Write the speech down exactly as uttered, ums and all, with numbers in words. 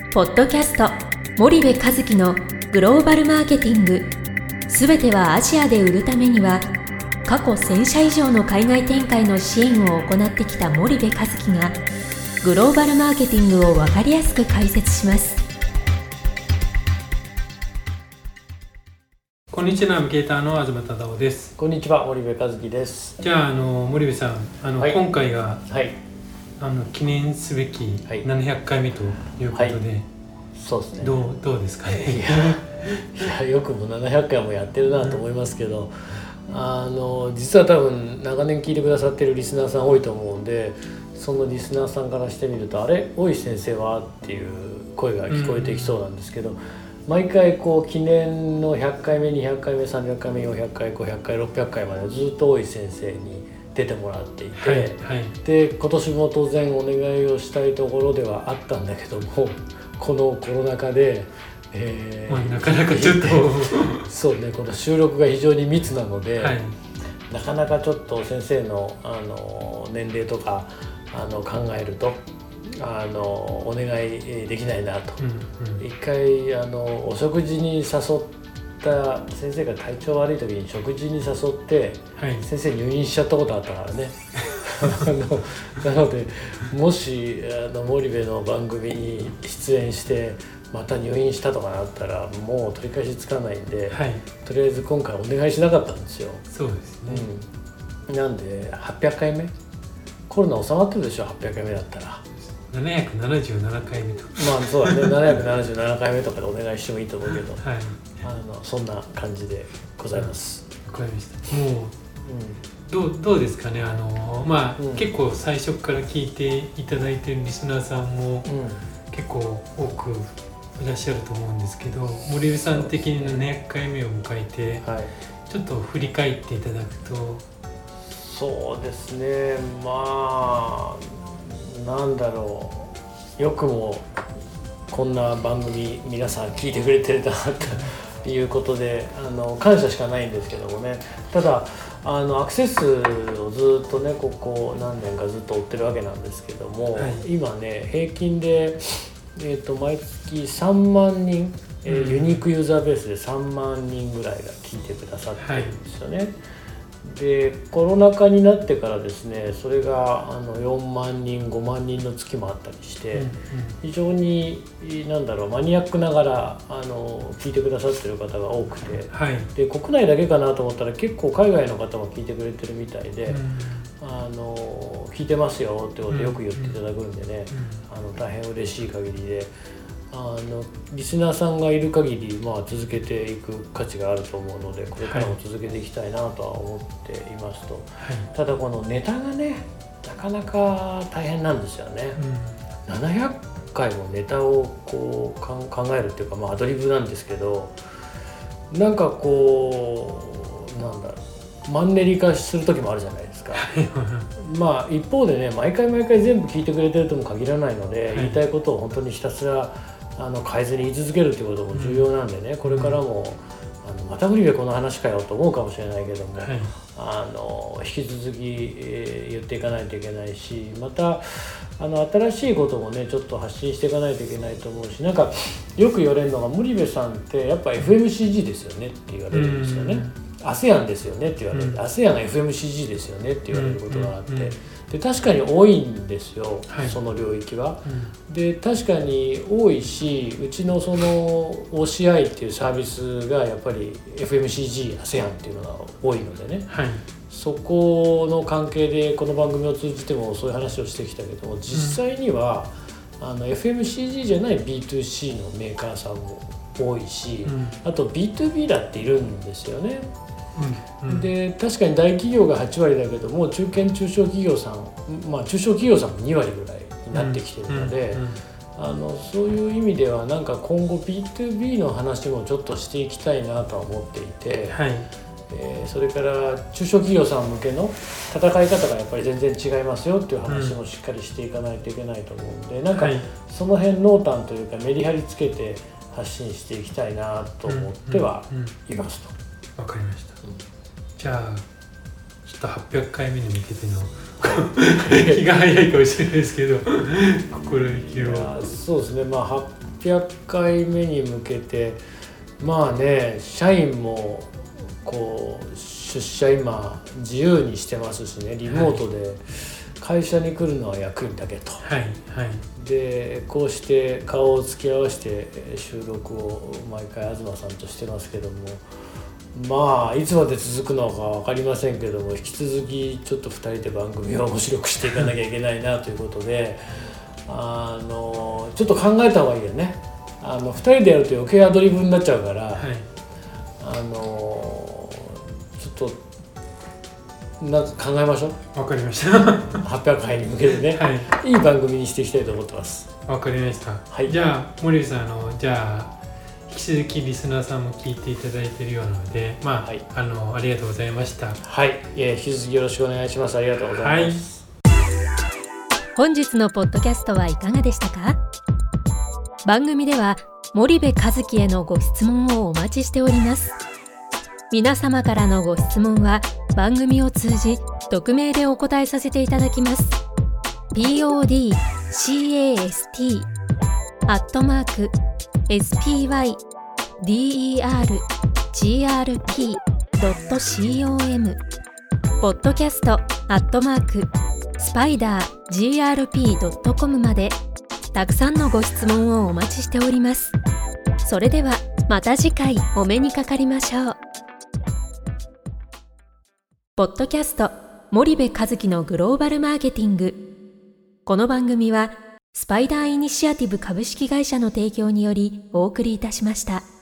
ポッドキャスト森部一樹のグローバルマーケティング、すべてはアジアで売るためには、過去せん社以上の海外展開の支援を行ってきた森部一樹がグローバルマーケティングを分かりやすく解説します。 こんにちは、ナビゲーターの東忠夫です。 こんにちは、森部一樹です。 じゃあ、あの森部さん、あの、はい、今回が、はい、あの記念すべきななひゃっかいめということで、はい、 そうですね。 どうどうですかね。 いや、いやよくもななひゃっかいもやってるなと思いますけど、うん、あの実は多分長年聞いてくださってるリスナーさん多いと思うんで、そのリスナーさんからしてみると、あれ大石先生はっていう声が聞こえてきそうなんですけど、うん、毎回こう記念のひゃっかいめ、にひゃっかいめ、さんびゃっかいめ、よんひゃっかい、ごひゃっかい、ろっぴゃっかいまでずっと大石先生に出てもらっていて、はいはい、で今年も当然お願いをしたいところではあったんだけども、このコロナ禍で、 えーまあ、なかなかちょっとそうね、この収録が非常に密なので、 はい、なかなかちょっと先生の、あの年齢とかあの考えるとあのお願いできないなと、うんうん、一回あのお食事に誘った先生が体調悪い時に食事に誘って、はい、先生入院しちゃったことあったからねあのなのでもしあの森部の番組に出演してまた入院したとかなったらもう取り返しつかないんで、はい、とりあえず今回お願いしなかったんですよ。 そうですね、 うん、なんではっぴゃっかいめ、コロナ収まってるでしょ、はっぴゃっかいめだったらななひゃくななじゅうななかいめとか、 まあそうだね、ななひゃくななじゅうななかいめとかでお願いしてもいいと思うけど、 はい、 あのそんな感じでございます。 わかりました。もう、うん、どう、どうですかね、あのまあ、うん、結構最初から聞いていただいているリスナーさんも、うん、結構多くいらっしゃると思うんですけど、森部さん的にななひゃっかいめを迎えて、はい、ちょっと振り返っていただくと。 そうですね、まあなんだろう、よくもこんな番組皆さん聞いてくれてるなということで、あの感謝しかないんですけどもね。ただあのアクセスをずっとね、ここ何年かずっと追ってるわけなんですけども、はい、今ね平均で、えーと、毎月さんまんにん、えーうん、ユニークユーザーベースでさんまんにんぐらいが聞いてくださってるんですよね。はい、でコロナ禍になってからですね、それがあのよんまんにん、ごまんにんの月もあったりして、うんうん、非常になんだろうマニアックながらあの聞いてくださってる方が多くて、はい、で国内だけかなと思ったら結構海外の方も聞いてくれてるみたいで、うん、あの聞いてますよってことをよく言っていただくんでね、うんうん、あの大変嬉しい限りで、あのリスナーさんがいる限り、まあ、続けていく価値があると思うので、これからも続けていきたいなとは思っていますと、はい、ただこのネタがねなかなか大変なんですよね、うん、ななひゃっかいもネタをこう考えるっていうか、まあ、アドリブなんですけど、なんかこうなんだろうマンネリ化する時もあるじゃないですかまあ一方でね、毎回毎回全部聞いてくれてるとも限らないので、はい、言いたいことを本当にひたすらあの変えずに言い続けるってことも重要なんでね、うん、これからもあのまた無理でこの話かよと思うかもしれないけども、はい、あの引き続き、えー、言っていかないといけないし、またあの新しいこともねちょっと発信していかないといけないと思うし、なんかよく言われるのが、森部さんってやっぱ エフエムシージー ですよねって言われるんですよね、うん、アセアン ですよねって言われる、うん、アセアン が エフエムシージー ですよねって言われることがあって、うんうんうん、で確かに多いんですよ、はい、その領域は、うん、で確かに多いし、うちのその オーシーアイ っていうサービスがやっぱり エフエムシージー、アセアン っていうのが多いのでね、はい、そこの関係でこの番組を通じてもそういう話をしてきたけども、実際には、うん、あの エフエムシージー じゃない ビーツーシー のメーカーさんも多いし、うん、あと ビーツービー だっているんですよね。うんうん、で確かに大企業がはちわりだけども、中堅中小企業さん、まあ中小企業さんもにわりぐらいになってきてるので、うんうんうん、あのそういう意味ではなんか今後 ビーツービー の話もちょっとしていきたいなとは思っていて、はい、えー、それから中小企業さん向けの戦い方がやっぱり全然違いますよっていう話もしっかりしていかないといけないと思うんで、うん、なんかその辺濃淡というかメリハリつけて発信していきたいなと思ってはいますと。 わかりました、うん、じゃあちょっとはっぴゃっかいめに向けての気が早いかもしれないですけど心意気を。 そうですね、まあはっぴゃっかいめに向けてまあね社員もこう出社今自由にしてますしね、リモートで会社に来るのは役員だけと、 はいはい、 でこうして顔を突き合わせて収録を毎回東さんとしてますけども、まあいつまで続くのか分かりませんけども、引き続きちょっとふたりで番組を面白くしていかなきゃいけないなということであのちょっと考えた方がいいよね。あのふたりでやると余計アドリブになっちゃうから、はい、あのちょっとなんか考えましょう。 わかりましたはっぴゃっかいに向けてね、はい、いい番組にしていきたいと思ってます。 わかりました、はい、じゃあ森部さん、あのじゃあ引き続きリスナーさんも聞いていただいているようなので、まあ、はい、あのありがとうございました。 はい、引き続きよろしくお願いします。ありがとうございます。 はい、本日のポッドキャストはいかがでしたか？番組では森部一樹へのご質問をお待ちしております。皆様からのご質問は番組を通じ匿名でお答えさせていただきます。podcast アットマーク エスピーワイディーイーアールジーアールピードットコム ポッドキャストアットマークスパイダー ジーアールピードットコム までたくさんのご質問をお待ちしております。それではまた次回お目にかかりましょう。ポッドキャスト森部一樹のグローバルマーケティング。この番組はスパイダーイニシアティブ株式会社の提供によりお送りいたしました。